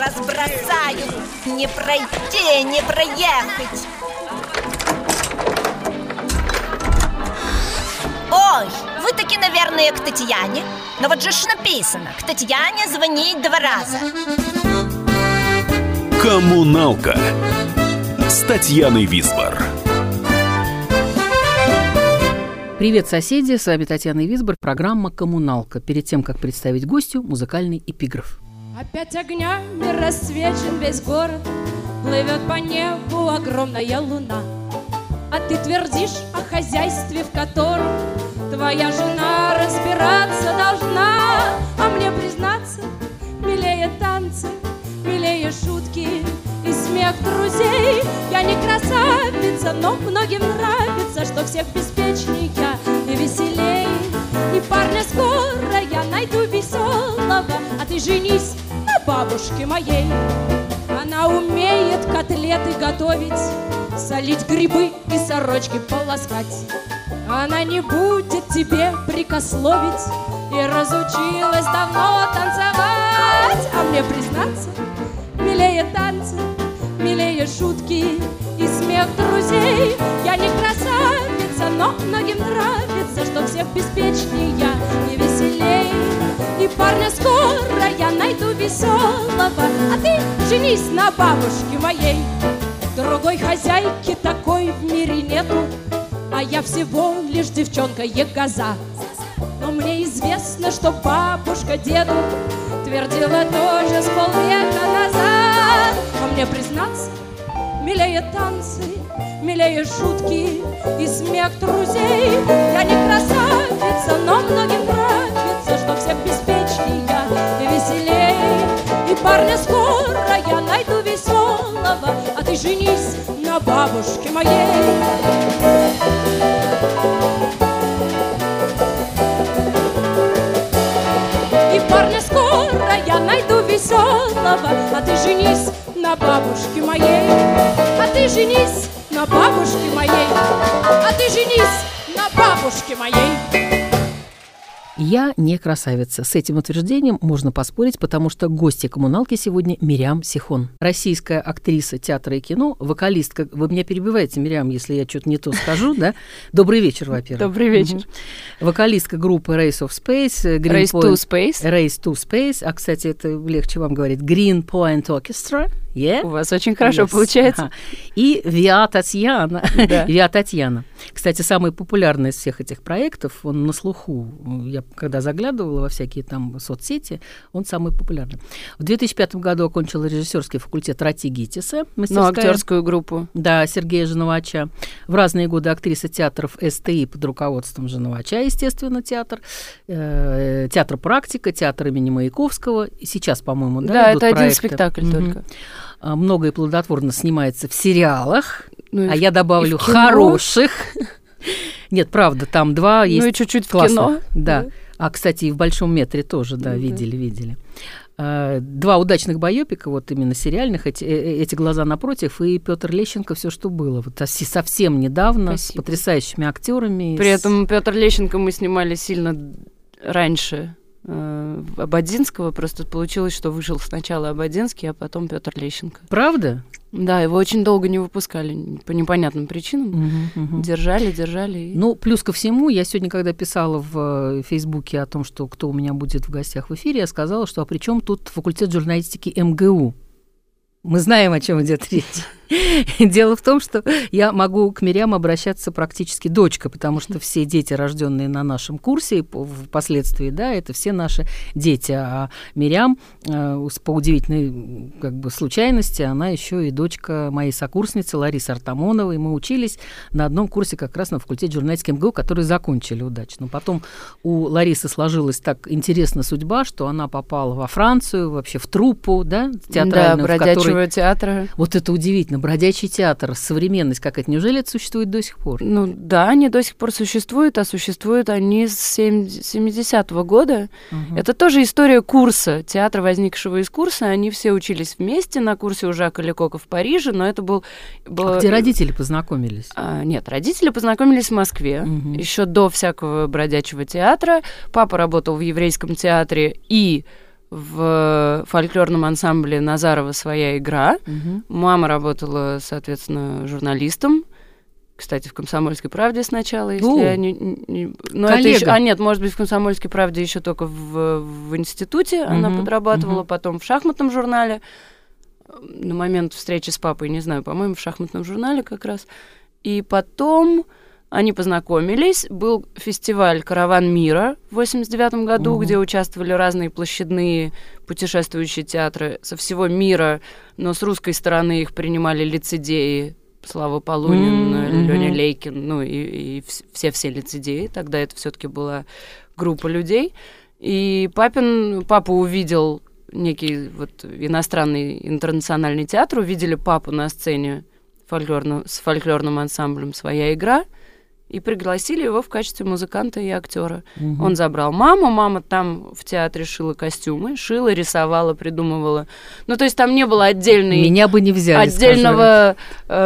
разбросаю. Не пройти, не проехать. Ой, вы таки, наверное, к Татьяне. Но вот же ж написано: к Татьяне звонить 2 раза. Коммуналка с Татьяной Висбор. Привет, соседи! С вами Татьяна Висбор, программа «Коммуналка». Перед тем, как представить гостю, музыкальный эпиграф. Опять огнями рассвечен весь город, плывет по небу огромная луна. А ты твердишь о хозяйстве, в котором твоя жена разбираться должна. А мне признаться, милее танцы, милее шутки и смех друзей. Я не красавица, но многим нравится, что всех беспечнее и веселей. И парня скоро я найду веселого, а ты женись на бабушке моей. Она умеет котлеты готовить, солить грибы и сорочки полоскать. Она не будет тебе прикословить и разучилась давно танцевать. А мне признаться, милее танцы, милее шутки и смех друзей. Я не красавица, но многим нравится, что всех беспечнее и веселей. И парня скоро я найду веселого, а ты женись на бабушке моей. Другой хозяйки такой в мире нету, а я всего лишь девчонка-ягоза. Но мне известно, что бабушка деду твердила тоже с полвека назад. А мне признаться, милее танцы, милее шутки и смех друзей. Я не красавица, но многим нравится, что всех беспечнее и веселей. И парня скоро я найду веселого, а ты женись на бабушке моей. И парня скоро я найду веселого, а ты женись на бабушке моей. А ты женись на бабушке моей. А ты женись на бабушке моей. Я не красавица. С этим утверждением можно поспорить, потому что гостья коммуналки сегодня Мириам Сихон. Российская актриса театра и кино, вокалистка. Вы меня перебиваете, Мириам, если я что-то не то скажу, да? Добрый вечер, во-первых. Добрый вечер. Вокалистка группы Race of Space. Race to Space. Race to Space. А, кстати, это легче вам говорить. Green Point Orchestra. У вас очень хорошо получается. И Виа Татьяна. Виа Татьяна. Кстати, самый популярный из всех этих проектов, он на слуху. Я когда заглядывала во всякие там соцсети, он самый популярный. В 2005 году окончила режиссерский факультет Рати Гитиса. Актерскую группу. Да, Сергея Женовача. В разные годы актриса театров СТИ под руководством Женовача, естественно, театр. Театр «Практика», театр имени Маяковского. И сейчас, по-моему, да, это проекты. Один спектакль только. Много и плодотворно снимается в сериалах, а я добавлю хороших. Нет, правда, там 2 есть. Ну и чуть-чуть классно. В кино. Да. А, кстати, и в «Большом метре» тоже, да, видели. 2 удачных байопика, вот именно сериальных, эти «Глаза напротив» и Петр Лещенко «Все, что было». Вот совсем недавно. Спасибо. С потрясающими актерами. При этом Петр Лещенко мы снимали сильно раньше Ободзинского, просто получилось, что вышел сначала Ободзинский, а потом Петр Лещенко. Правда? Да, его очень долго не выпускали по непонятным причинам. Держали. Ну, плюс ко всему, я сегодня, когда писала в Фейсбуке о том, что кто у меня будет в гостях в эфире, я сказала, что а при чем тут факультет журналистики МГУ? Мы знаем, о чем идет речь. Дело в том, что я могу к Мириам обращаться практически дочка, потому что все дети, рожденные на нашем курсе, впоследствии, да, это все наши дети. А Мириам, по удивительной случайности, она еще и дочка моей сокурсницы Ларисы Артамоновой. Мы учились на одном курсе как раз на факультете журналистики МГУ, который закончили удачно. Потом у Ларисы сложилась так интересная судьба, что она попала во Францию, вообще в труппу, да, театральную. Да, бродячего театра. Вот это удивительно. Бродячий театр, современность какая-то. Неужели это существует до сих пор? Ну да, они до сих пор существуют, а существуют они с 70-го года. Это тоже история курса, театра, возникшего из курса. Они все учились вместе на курсе у Жака Лекока в Париже, но это был... А где родители познакомились? Нет, родители познакомились в Москве. Еще до всякого бродячего театра. Папа работал в еврейском театре и в фольклорном ансамбле «Назарова своя игра». Мама работала, соответственно, журналистом. Кстати, в «Комсомольской правде» сначала, если я не... Но это еще... нет, может быть, в «Комсомольской правде» еще только в институте она подрабатывала, потом в шахматном журнале. На момент встречи с папой, не знаю, по-моему, в шахматном журнале как раз. И потом они познакомились. Был фестиваль «Караван мира» в 1989 году, где участвовали разные площадные путешествующие театры со всего мира, но с русской стороны их принимали лицедеи. Слава Полунин, Лёня Лейкин, ну и все лицедеи. Тогда это все-таки была группа людей. И папа увидел некий вот иностранный интернациональный театр, увидели папу на сцене с фольклорным ансамблем «Своя игра», и пригласили его в качестве музыканта и актера. Он забрал маму, мама там в театре шила костюмы, шила, рисовала, придумывала. Ну, то есть там не было Меня бы не взяли, отдельного,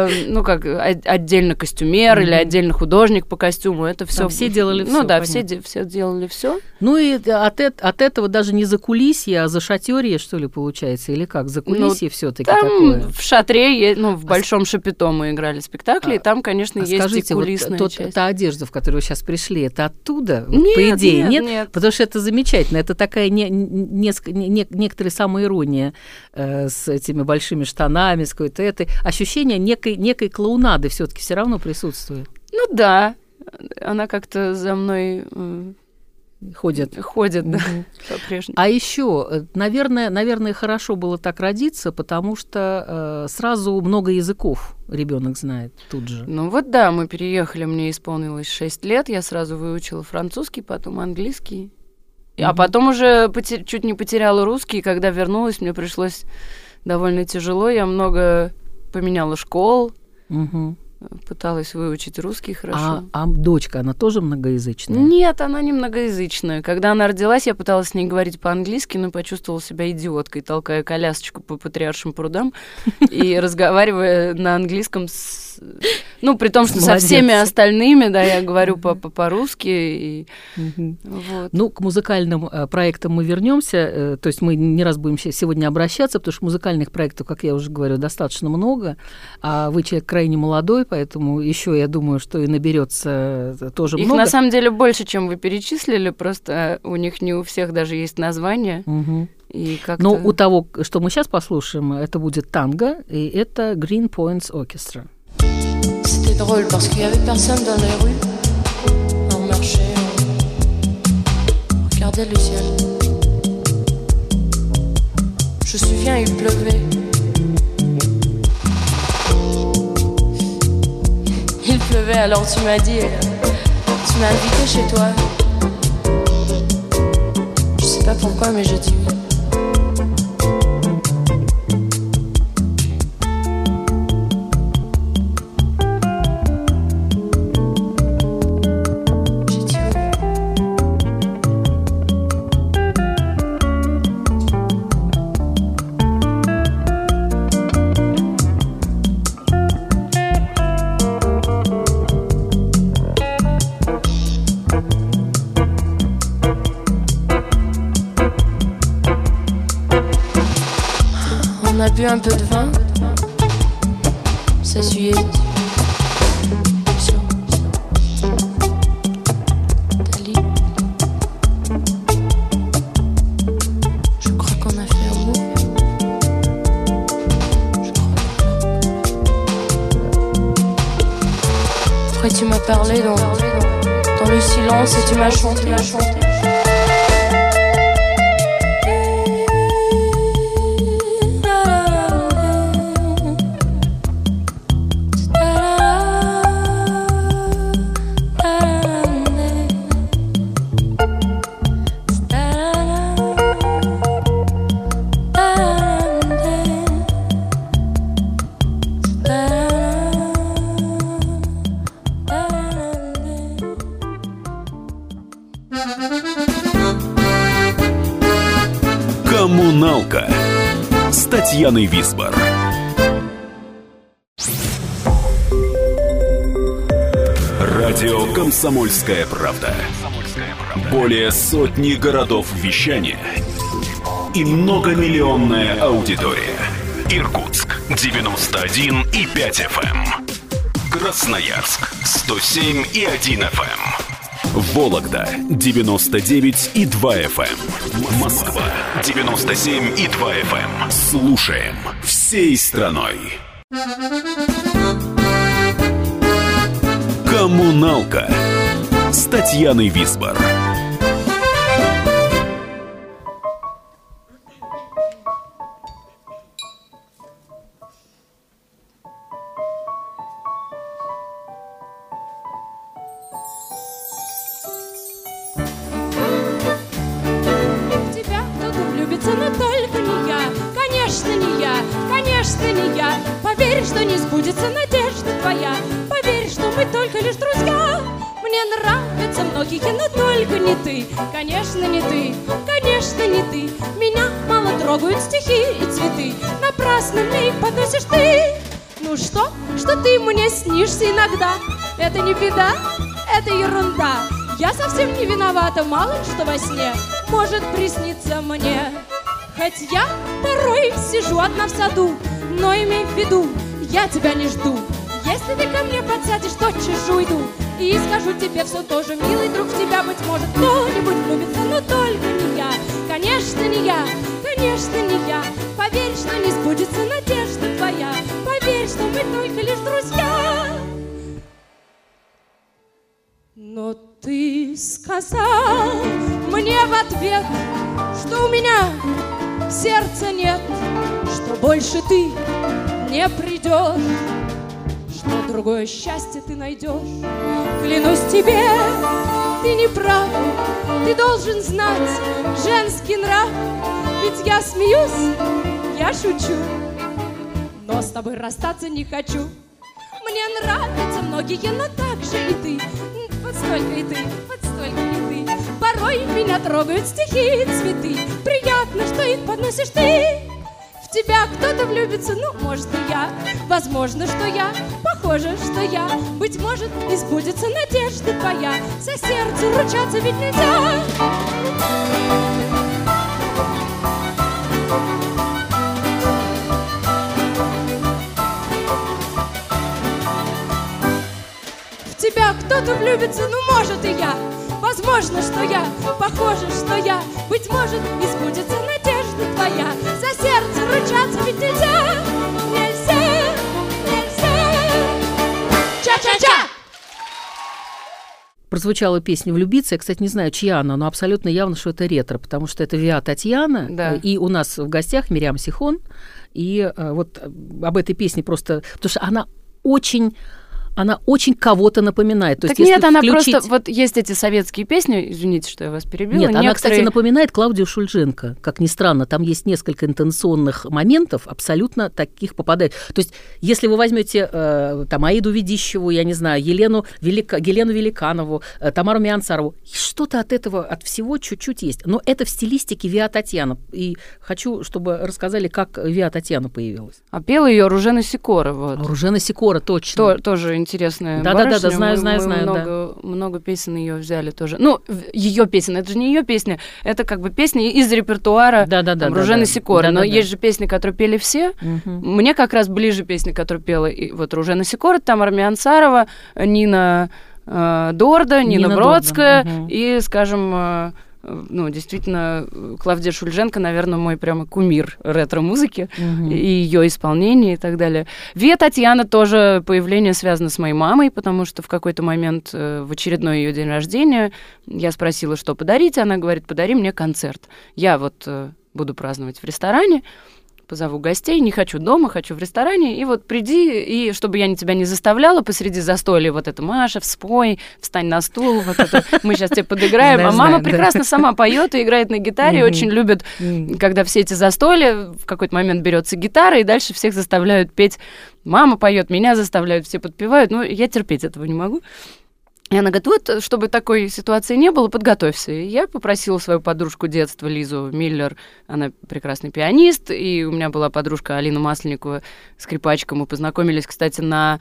отдельно костюмер или отдельно художник по костюму. Это все. Все делали все. Ну да, все делали все. Ну и от этого даже не закулисье, а зашатёрье, что ли, получается, или как? Закулисье все-таки такое. В шатре, в большом шапито мы играли спектакли, и там, конечно, есть и кулисная часть. Та одежда, в которую вы сейчас пришли, это оттуда? Нет, по идее, нет? Потому что это замечательно. Это такая некоторая самоирония с этими большими штанами, с какой-то этой. Ощущение некой клоунады все-таки все равно присутствует. Ну да. Она как-то за мной... Ходят, да, по-прежнему. А еще, наверное, хорошо было так родиться, потому что сразу много языков ребенок знает тут же. Ну вот да, мы переехали, мне исполнилось 6 лет, я сразу выучила французский, потом английский, а потом уже чуть не потеряла русский, и когда вернулась, мне пришлось довольно тяжело, я много поменяла школ, пыталась выучить русский хорошо. А дочка, она тоже многоязычная? Нет, она не многоязычная. Когда она родилась, я пыталась с ней говорить по-английски, но почувствовала себя идиоткой, толкая колясочку по Патриаршим прудам и разговаривая на английском при том, что со всеми остальными, да, я говорю по-русски. Вот. Ну, к музыкальным проектам мы вернемся. То есть мы не раз будем сегодня обращаться, потому что музыкальных проектов, как я уже говорю, достаточно много. А вы человек крайне молодой, поэтому еще, я думаю, что и наберется тоже много. Их на самом деле больше, чем вы перечислили, просто у них не у всех даже есть название. И но у того, что мы сейчас послушаем, это будет танго, и это Green Points Orchestra. C'était drôle parce qu'il y avait personne dans les rues. On marchait, on regardait le ciel. Je me souviens, il pleuvait. Il pleuvait, alors tu m'as dit, tu m'as invité chez toi. Je sais pas pourquoi, mais j'ai dit oui. On a bu un peu de vin, s'essuyait sur ta lit. Je crois qu'on a fait un mot. Je crois. Après tu m'as parlé dans le silence et tu m'as chanté. «Коммуналка» с Татьяной Висбор. Радио «Комсомольская правда». Более сотни городов вещания и многомиллионная аудитория. Иркутск 91,5 FM. Красноярск 107,1 FM. Вологда 99,2 FM. Москва 97,2 FM. Слушаем всей страной. Коммуналка с Татьяной Висбор. Что не сбудется надежда твоя. Поверь, что мы только лишь друзья. Мне нравятся многие, но только не ты. Конечно, не ты, конечно, не ты. Меня мало трогают стихи и цветы. Напрасно мне их подносишь ты. Ну что ты мне снишься иногда? Это не беда, это ерунда. Я совсем не виновата, мало что во сне может присниться мне. Хоть я порой сижу одна в саду, но имей в виду, я тебя не жду. Если ты ко мне подсядешь, тотчас же уйду и скажу тебе все тоже, милый друг, в тебя, быть может, кто-нибудь влюбится, но только не я. Конечно, не я, конечно, не я. Поверь, что не сбудется надежда твоя. Поверь, что мы только лишь друзья. Но ты сказал мне в ответ, что у меня сердца нет, что больше ты не придешь, что другое счастье ты найдешь. Клянусь тебе, ты не прав, ты должен знать женский нрав. Ведь я смеюсь, я шучу, но с тобой расстаться не хочу. Мне нравятся многие, но так же и ты. Вот столько и ты, вот столько и ты. Порой меня трогают стихи и цветы. Приятно, что их подносишь ты. В тебя кто-то влюбится, ну, может, и я. Возможно, что я, похоже, что я. Быть может, и сбудется надежда твоя. За сердце ручаться ведь нельзя. В тебя кто-то влюбится, ну, может, и я. Возможно, что я, похоже, что я. Быть может, и сбудется надежда твоя. За сердце ручаться ведь нельзя. Нельзя, нельзя. Ча-ча-ча! Прозвучала песня «Влюбиться». Я, кстати, не знаю, чья она, но абсолютно явно, что это ретро, потому что это Виа Татьяна, да. И у нас в гостях Мириам Сихон. И вот об этой песне просто... Потому что она очень кого-то напоминает. То так есть, нет, она включить... просто... Вот есть эти советские песни, извините, что я вас перебила. Нет, она, некоторые... кстати, напоминает Клавдию Шульженко. Как ни странно, там есть несколько интенционных моментов, абсолютно таких попадает. То есть, если вы возьмете там Аиду Ведищеву, я не знаю, Елену Великанову, Тамару Миансарову, что-то от этого, от всего чуть-чуть есть. Но это в стилистике Виа Татьяна. И хочу, чтобы рассказали, как Виа Татьяна появилась. А пела ее Ружена Сикора. Вот. Ружена Сикора, точно. Тоже интересная да, барышня. Да, знаю. Много песен ее взяли тоже. Ну, ее песен, это же не ее песня, это как бы песни из репертуара Ружены Сикоры. Но есть же песни, которые пели все. Угу. Мне как раз ближе песни, которые пела вот Ружена Сикора, Тамара Миансарова, Нина Дорда, Нина Бродская и, скажем... Ну, действительно, Клавдия Шульженко, наверное, мой прямо кумир ретро-музыки, и ее исполнение и так далее. Виа Татьяна тоже появление связано с моей мамой, потому что в какой-то момент в очередной ее день рождения я спросила, что подарить, она говорит, подари мне концерт. Я вот буду праздновать в ресторане, позову гостей, не хочу дома, хочу в ресторане, и вот приди, и чтобы я тебя не заставляла посреди застолья, вот это Маша, спой, встань на стул, вот это мы сейчас тебе подыграем. А мама прекрасно сама поет и играет на гитаре, очень любит, когда все эти застолья, в какой-то момент берется гитара, и дальше всех заставляют петь. Мама поет, меня заставляют, все подпевают, но я терпеть этого не могу. И она говорит, вот, чтобы такой ситуации не было, подготовься. И я попросила свою подружку детства Лизу Миллер, она прекрасный пианист, и у меня была подружка Алина Масленникова, скрипачка. Мы познакомились, кстати, на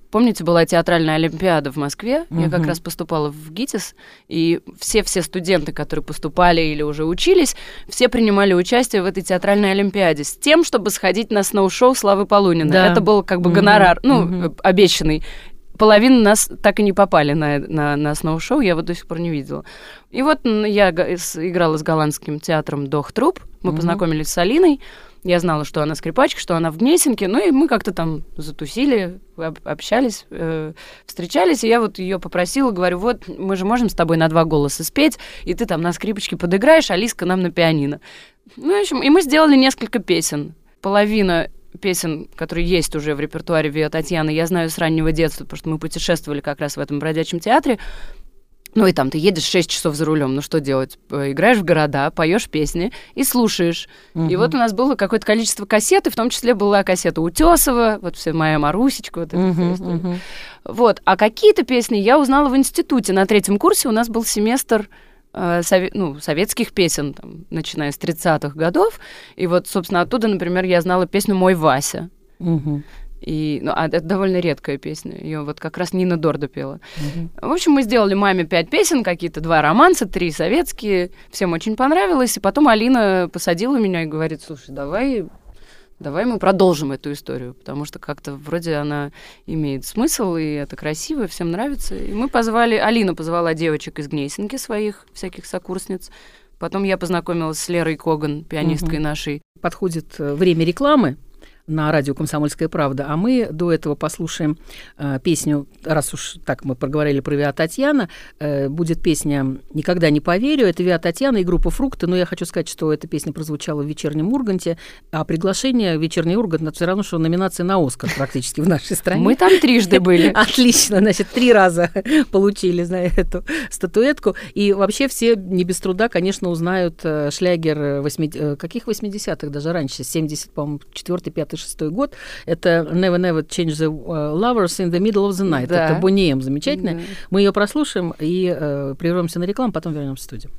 помните, была театральная олимпиада в Москве, я как раз поступала в ГИТИС, и все студенты, которые поступали или уже учились, все принимали участие в этой театральной олимпиаде с тем, чтобы сходить на сноу-шоу Славы Полунина. Да. Это был как бы гонорар, обещанный. Половина нас так и не попали на сноу-шоу, я вот до сих пор не видела. И вот я играла с голландским театром «Дох-Труп», мы познакомились с Алиной, я знала, что она скрипачка, что она в Гнесинке, ну и мы как-то там затусили, общались, встречались, и я вот ее попросила, говорю, вот мы же можем с тобой на 2 голоса спеть, и ты там на скрипочке подыграешь, а Лиска нам на пианино. Ну, в общем, и мы сделали несколько песен. Половина песен, которые есть уже в репертуаре Виа Татьяны, я знаю с раннего детства, потому что мы путешествовали как раз в этом бродячем театре. Ну и там ты едешь 6 часов за рулем, ну что делать? Играешь в города, поешь песни и слушаешь. И вот у нас было какое-то количество кассет, и в том числе была кассета Утесова, вот вся моя Марусечка, вот эта вся история. Вот. А какие-то песни я узнала в институте. На 3-м курсе у нас был семестр советских песен, там, начиная с 30-х годов. И вот, собственно, оттуда, например, я знала песню «Мой Вася». И, это довольно редкая песня. Ее вот как раз Нина Дорда пела. В общем, мы сделали маме 5 песен, какие-то 2 романса, 3 советские. Всем очень понравилось. И потом Алина посадила меня и говорит, слушай, давай мы продолжим эту историю, потому что как-то вроде она имеет смысл, и это красиво, всем нравится. И Алина позвала девочек из Гнесинки, своих всяких сокурсниц. Потом я познакомилась с Лерой Коган, пианисткой нашей. Подходит время рекламы на радио «Комсомольская правда», а мы до этого послушаем песню, раз уж так мы проговорили про Виа Татьяна, будет песня «Никогда не поверю», это Виа Татьяна и группа «Фрукты», но я хочу сказать, что эта песня прозвучала в «Вечернем Урганте», а приглашение в «Вечерний Ургант» это все равно, что номинация на «Оскар» практически в нашей стране. Мы там 3 были. Отлично, значит, 3 раза получили, эту статуэтку, и вообще все не без труда, конечно, узнают шлягер каких 80-х, даже раньше, 70, по-моему, 4-й, 5-й, 6-й год. Это «Never, never change the lovers in the middle of the night». Да. Это Boney M, замечательно. Да. Мы ее прослушаем и прервемся на рекламу, потом вернемся в студию.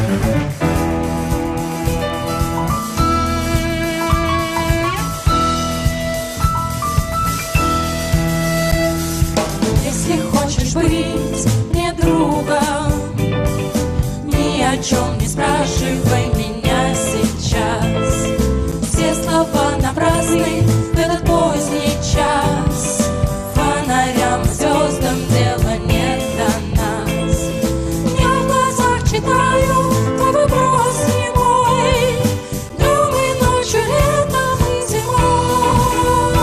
Если хочешь быть мне другом, ни о чем не спрашивай меня сейчас. Все слова напрасны в этот поздний час. Фонарям и звездам дела нет до нас. Я в глазах читаю твой вопрос немой. Днем и ночью, летом и зимой.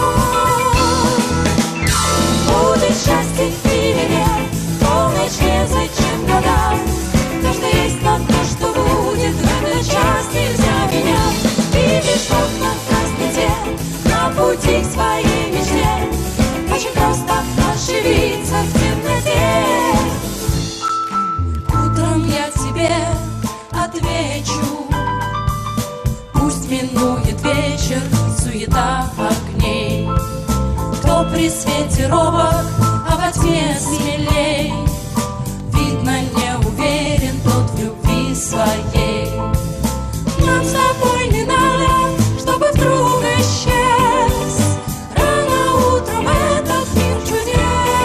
Будет счастье или нет, полночь незачем гадать. То, что есть, но то, что будет в этот час, нельзя менять. Видишь окна в красноте, на пути к своей мечте. Очень просто ошибиться в темноте. Утром я тебе отвечу. Пусть минует вечер, суета огней. Кто при свете робок, а во тьме смелей. Видно, не уверен тот в любви своей. Нам с тобой не надо, чтобы вдруг исчез рано утром этот мир чудес.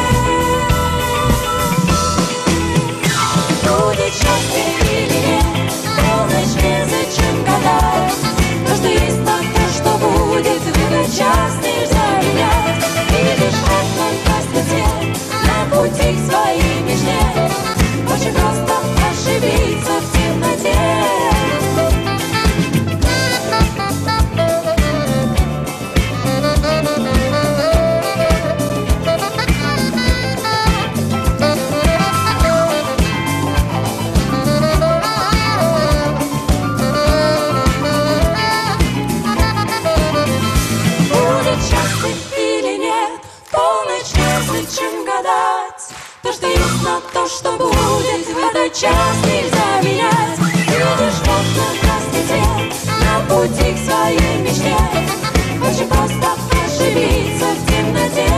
Будет счастье или нет, полночь незачем гадать. То, что есть, но то, что будет в этот час, нельзя менять. Видишь окна в красноте, на пути к своей мечте. Очень просто ошибиться в темноте. То, что есть, но то, что будет в этот час, нельзя менять. Видишь окна в красноте, на пути к своей мечте. Очень просто ошибиться в темноте.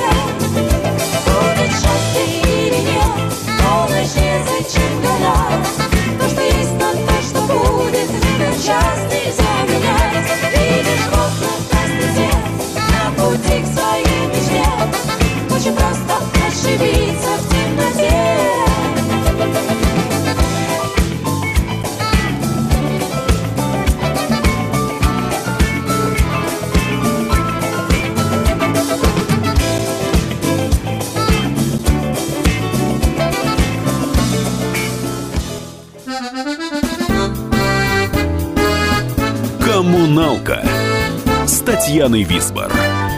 Будет счастье или нет, полночь незачем гадать. То, что есть, но то, что будет в этот час, нельзя менять. Видишь окна в красноте, на пути к своей мечте. ошибиться в темноте. Коммуналка с Татьяной Висбор.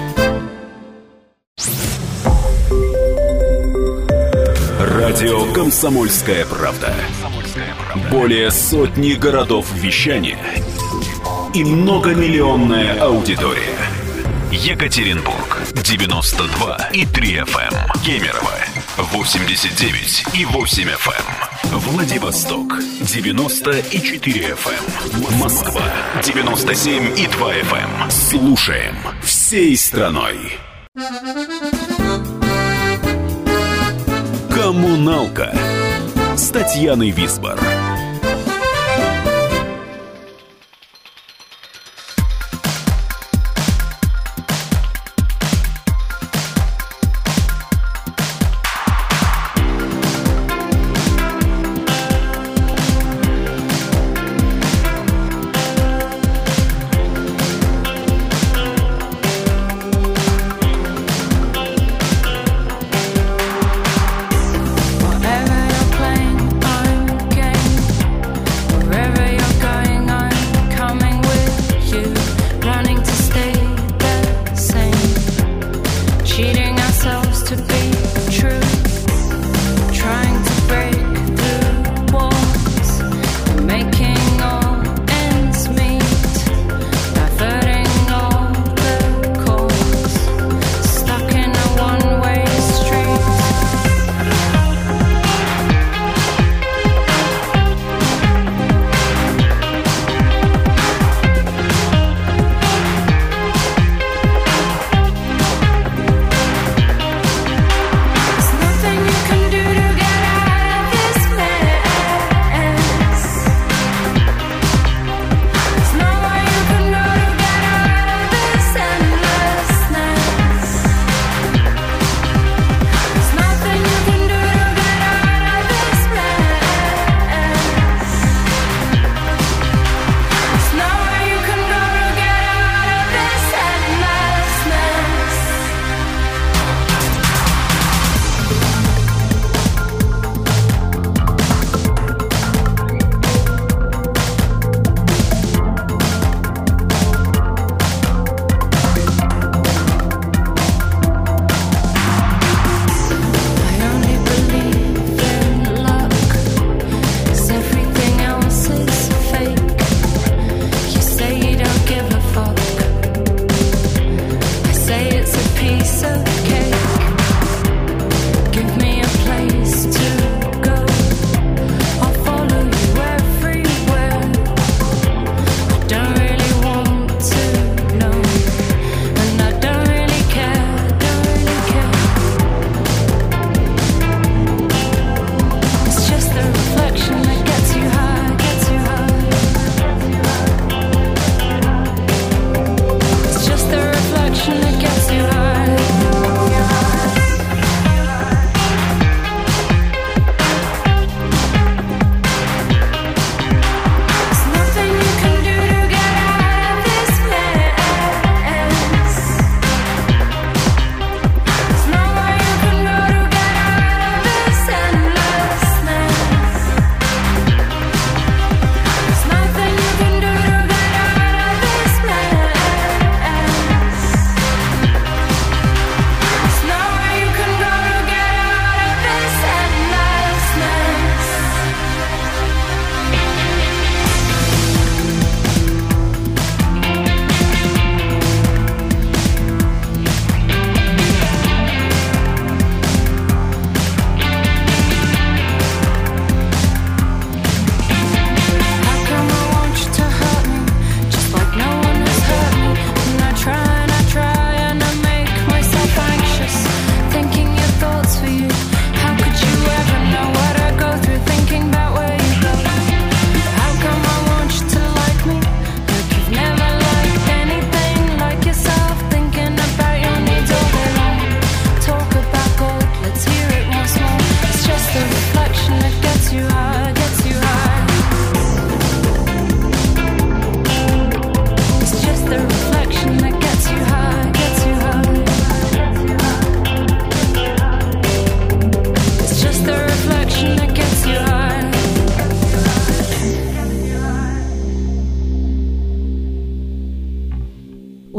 Радио «Комсомольская правда». Более сотни городов вещания и многомиллионная аудитория. Екатеринбург 92,3 FM. Кемерово 89,8 FM. Владивосток 90,4 FM. Москва 97,2 FM. Слушаем всей страной. Коммуналка с Татьяной Висбор. Whatever you're playing, I'm game.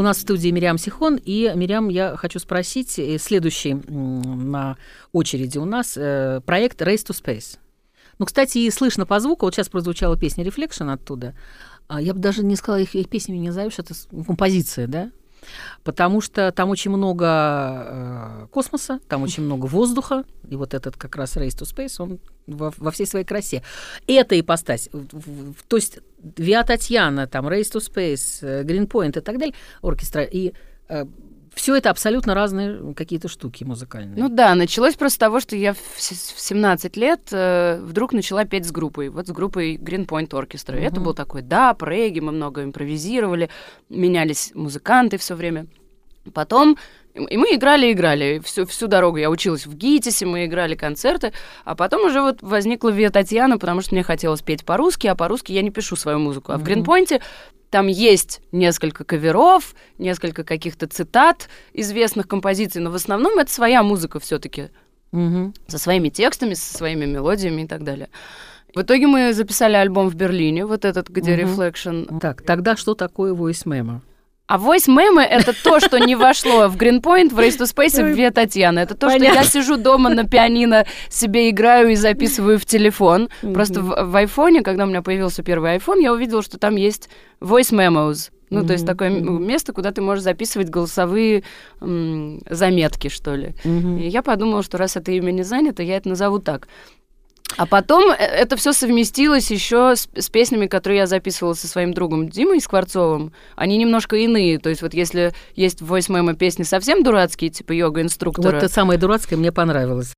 нас в студии Мириам Сихон. И, Мириам, я хочу спросить, следующий на очереди у нас проект Race to Space. Ну, кстати, и слышно по звуку, вот сейчас прозвучала песня Reflection оттуда. Я бы даже не сказала, их песнями не назовешь, это композиция, да? Потому что там очень много космоса, там очень много воздуха, и вот этот как раз Race to Space, он во всей своей красе. Эта ипостась, то есть Виа Татьяна, там Race to Space, Greenpoint и так далее, оркестра, и все это абсолютно разные какие-то штуки музыкальные. Ну да, началось просто с того, что я в 17 лет вдруг начала петь с группой. Вот с группой Greenpoint Orchestra. Это был такой, регги, мы много импровизировали, менялись музыканты все время. Потом и мы играли. Всю дорогу я училась в ГИТИСе, мы играли концерты. А потом уже вот возникла Виа Татьяна, потому что мне хотелось петь по-русски, а по-русски я не пишу свою музыку. А в Greenpoint там есть несколько каверов, несколько каких-то цитат известных композиций, но в основном это своя музыка все-таки. Со своими текстами, со своими мелодиями и так далее. В итоге мы записали альбом в Берлине, вот этот, где Reflection. Так, тогда что такое Voice Memo? А Voice Memo — это то, что не вошло в Greenpoint, в Race to Space и в Виа Татьяна. Это то, что я сижу дома на пианино, себе играю и записываю в телефон. Просто в айфоне, когда у меня появился первый iPhone, я увидела, что там есть Voice Memos. Ну, то есть такое место, куда ты можешь записывать голосовые заметки, что ли. И я подумала, что раз это имя не занято, я это назову так. А потом это все совместилось еще с песнями, которые я записывала со своим другом Димой Скворцовым. Они немножко иные. То есть вот если есть в Voice Memo песни совсем дурацкие, типа йога-инструктора. Вот это самое дурацкое мне понравилось.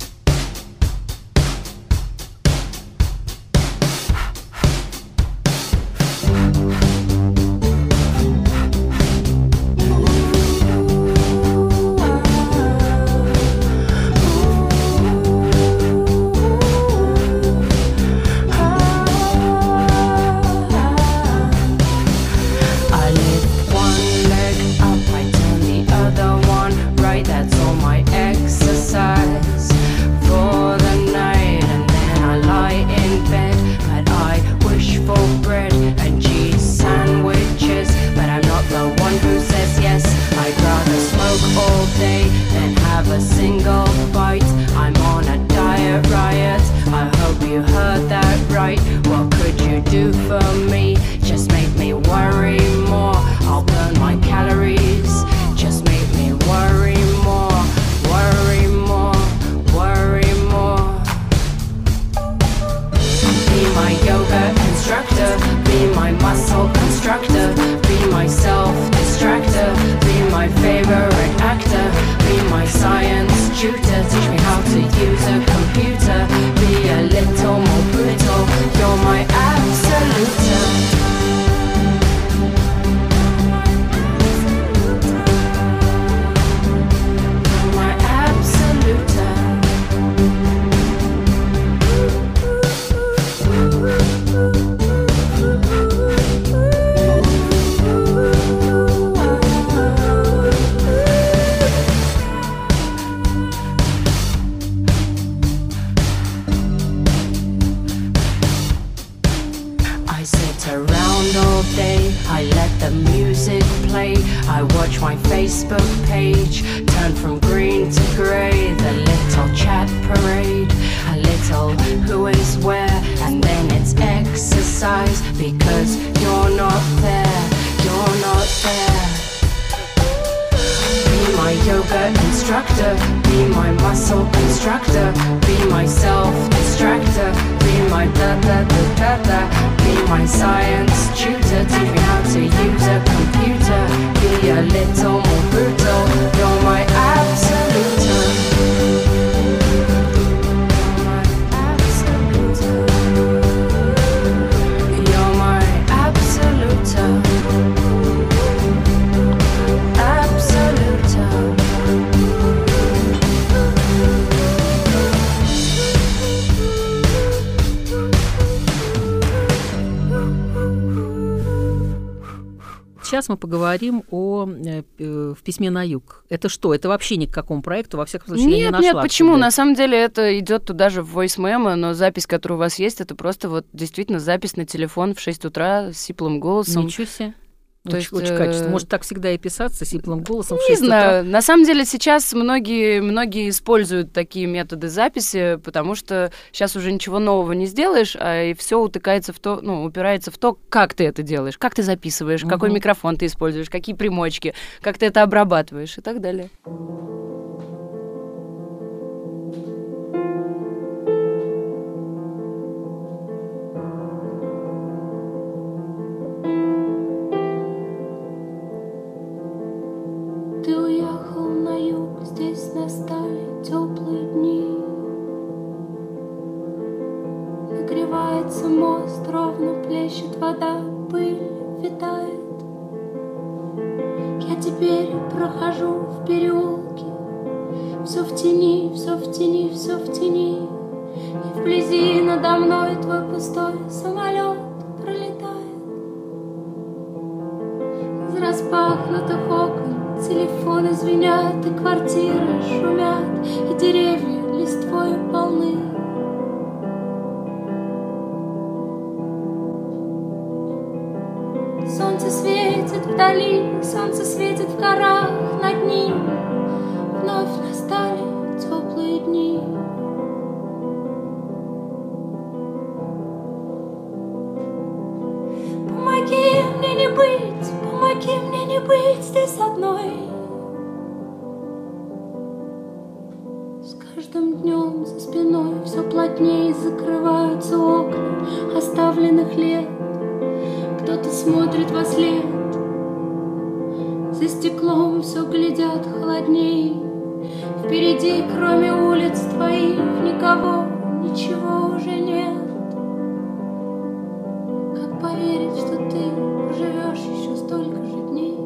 Сейчас мы поговорим в письме на юг. Это что? Это вообще ни к какому проекту, во всяком случае, я не нашла. Нет, почему? Оттуда. На самом деле это идет туда же в Voice Memo, но запись, которая у вас есть, это просто вот действительно запись на телефон в 6 утра с сиплым голосом. Ничего себе. Очень качественно. Может так всегда и писаться сиплым голосом в 6 Не утра? знаю. На самом деле сейчас многие используют такие методы записи, потому что сейчас уже ничего нового не сделаешь, и все упирается в то, как ты это делаешь, как ты записываешь, какой микрофон ты используешь, какие примочки, как ты это обрабатываешь и так далее. Ты уехал на юг, здесь настали теплые дни. Нагревается мост, ровно плещет вода, пыль витает. Я теперь прохожу в переулке, все в тени, все в тени, все в тени. И вблизи надо мной твой пустой самолет пролетает. Из распахнутых окон телефоны звенят, и квартиры шумят, и деревья листвой полны. Солнце светит вдали, солнце светит в горах над ним. Вновь настали теплые дни. Помоги мне не быть здесь одной. С каждым днем за спиной все плотнее закрываются окна оставленных лет. Кто-то смотрит во след, за стеклом все глядят холодней. Впереди, кроме улиц твоих, никого, ничего уже нет. Как поверить, что ты проживешь еще столько же дней?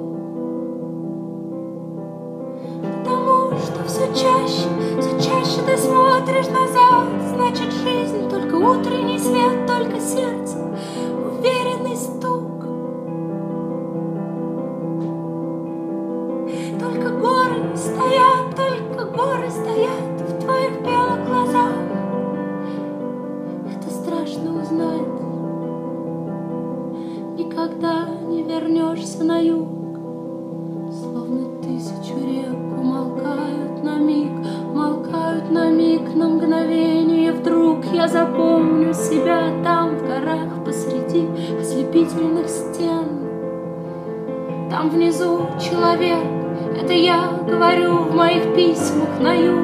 Потому что все чаще ты смотришь назад. Значит, жизнь только утренний свет, только сердце, уверенный стук. Только горы стоят в твоих белых глазах. Это страшно узнать. Никогда не вернешься на юг. Словно 1000 рек умолкают на миг, на мгновение. Вдруг я запомню себя там, в горах, посреди ослепительных стен. Там внизу человек, это я говорю в моих письмах на юг.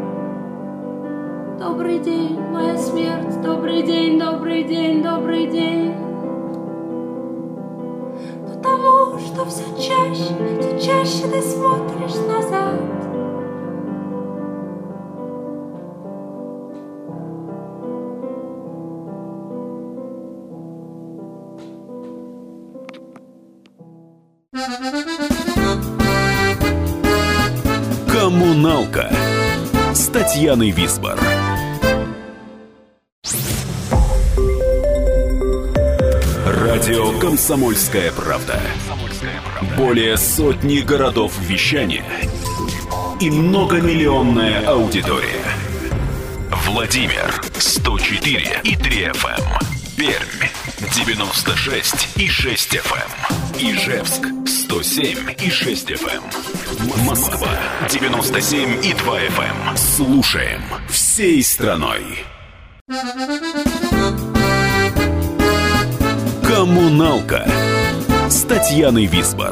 Добрый день, моя смерть, добрый день, добрый день, добрый день. Потому что все чаще ты смотришь назад. «Коммуналка» с Татьяной Висбор. Радио «Комсомольская правда». Более сотни городов вещания и многомиллионная аудитория. Владимир 104,3 FM. Пермь 96,6 FM. Ижевск 107,6 FM. Москва 97,2 FM. Слушаем всей страной. «Коммуналка» с Татьяной Висбор.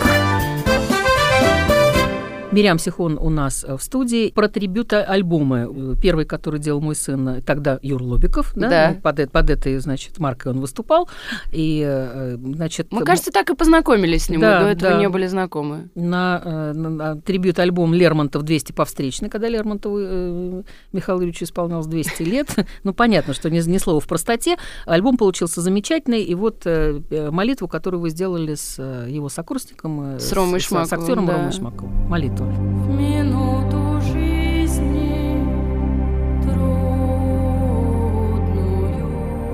Мириам Сихон у нас в студии. Про трибюта альбомы. Первый, который делал мой сын, тогда Юр Лобиков. Да? Под этой, значит, маркой он выступал. И, значит, мы, кажется, так и познакомились с ним. Да, мы до этого не были знакомы. На трибют-альбом Лермонтов 200 по встречной, когда Лермонтову Михаилу Юрьевичу исполнялось 200 лет. Ну, понятно, что не слово в простоте. Альбом получился замечательный. И вот молитву, которую вы сделали с его сокурсником, с Ромой Шмаковым, с актером Ромой Шмаковым. Молитва. В минуту жизни трудную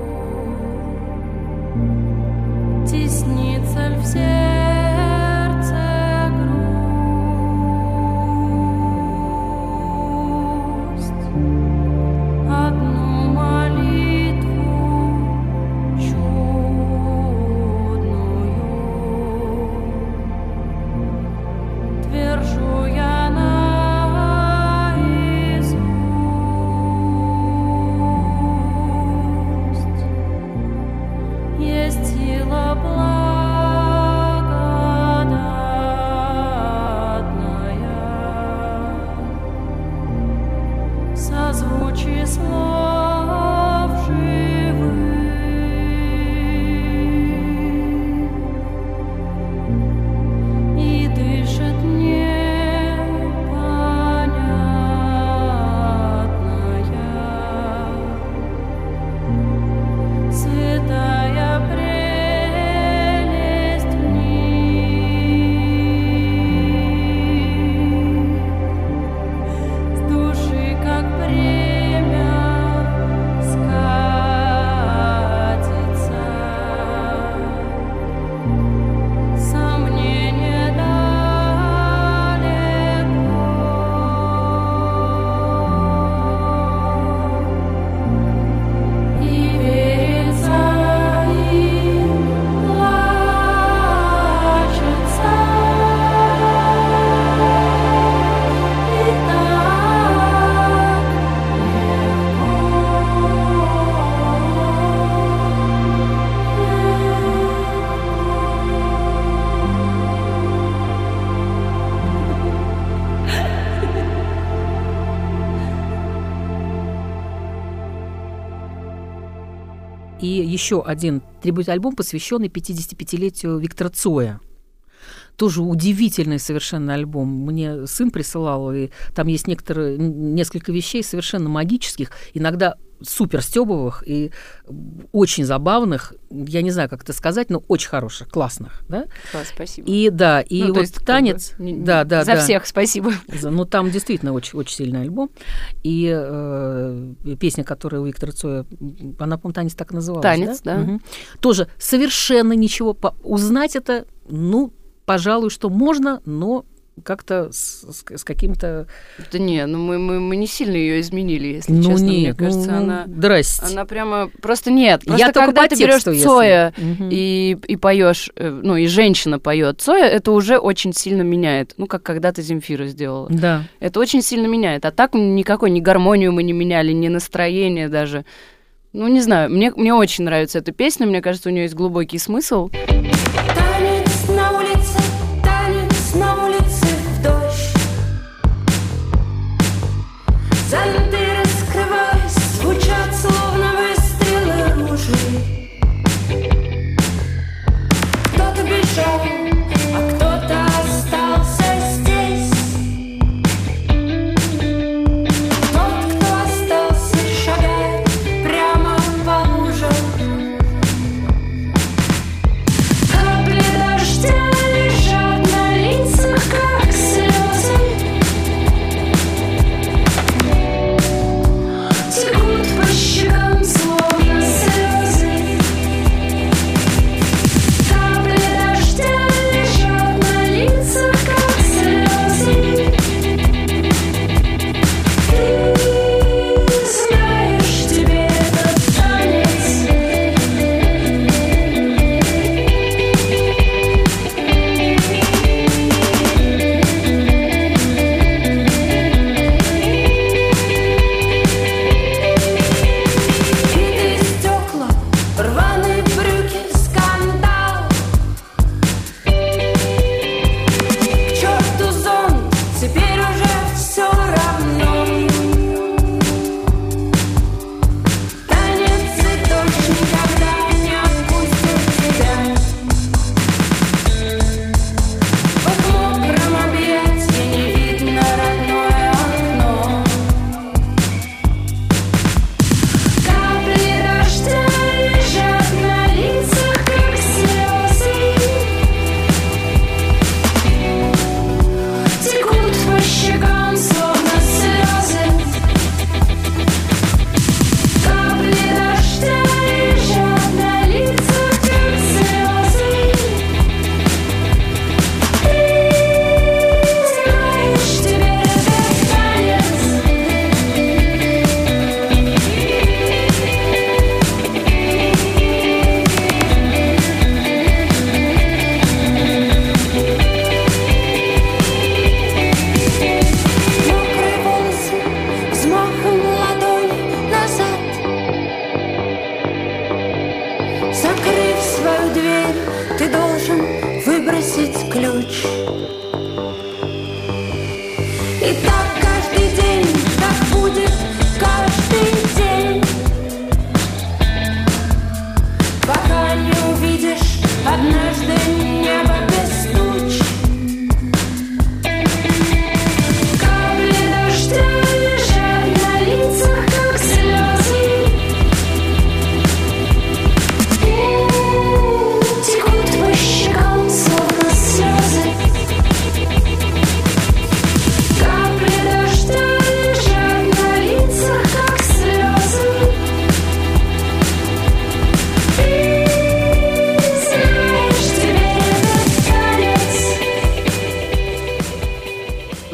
теснится ль в сердце грусть? Одну молитву чудную числов живых. И дышит непонятная, святая прелесть в ней. С души, как бремя, скатится сомнение далеко. И верится, и плачется, и И еще один трибют-альбом, посвященный 55-летию Виктора Цоя. Тоже удивительный совершенно альбом. Мне сын присылал, и там есть несколько вещей совершенно магических, иногда супер стёбовых и очень забавных, я не знаю, как это сказать, но очень хороших, классных, да? Класс, спасибо. И да, и Ну, то вот есть, как танец, бы, да, за всех спасибо. ну, там действительно очень, очень сильный альбом. И песня, которая у Виктора Цоя, она, по-моему, «Танец» так и называлась, «Танец», да. Мгм. Тоже совершенно ничего. Узнать это, ну, пожалуй, что можно, но как-то с каким-то... Да не, ну мы не сильно ее изменили, если Ну, честно. Мне нет, кажется, она здрасте. прямо... Просто нет. Просто Я только когда по ты берешь тексту, если. Цоя Мгм. и поешь, ну, и женщина поет Цоя, это уже очень сильно меняет. Ну, как когда-то Земфира сделала. Да. Это очень сильно меняет. А так никакой ни гармонию мы не меняли, ни настроение даже. Ну, не знаю, мне очень нравится эта песня, мне кажется, у нее есть глубокий смысл. Танец на улице в дождь. Зонты, раскрываясь, звучат словно выстрелы ружей. Кто-то бежал, а кто-то остался здесь. Тот, кто остался, шагает прямо по лужам.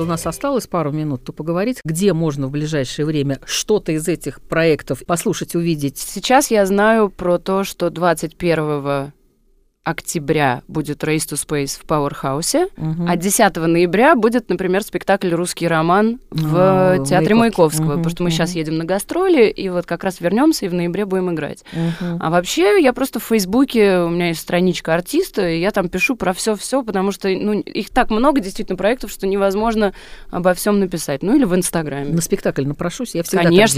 нас осталось пару минут, то поговорить, где можно в ближайшее время что-то из этих проектов послушать, увидеть. Сейчас я знаю про то, что 21 октября будет Race to Space в Пауэрхаусе, а 10 ноября будет, например, спектакль «Русский роман» в Театре Маяковского, потому что мы сейчас едем на гастроли, и вот как раз вернемся и в ноябре будем играть. А вообще я просто в Фейсбуке, у меня есть страничка артиста, и я там пишу про все-все, потому что их так много действительно проектов, что невозможно обо всем написать. Ну или в Инстаграме. На спектакль напрошусь, я всегда Конечно.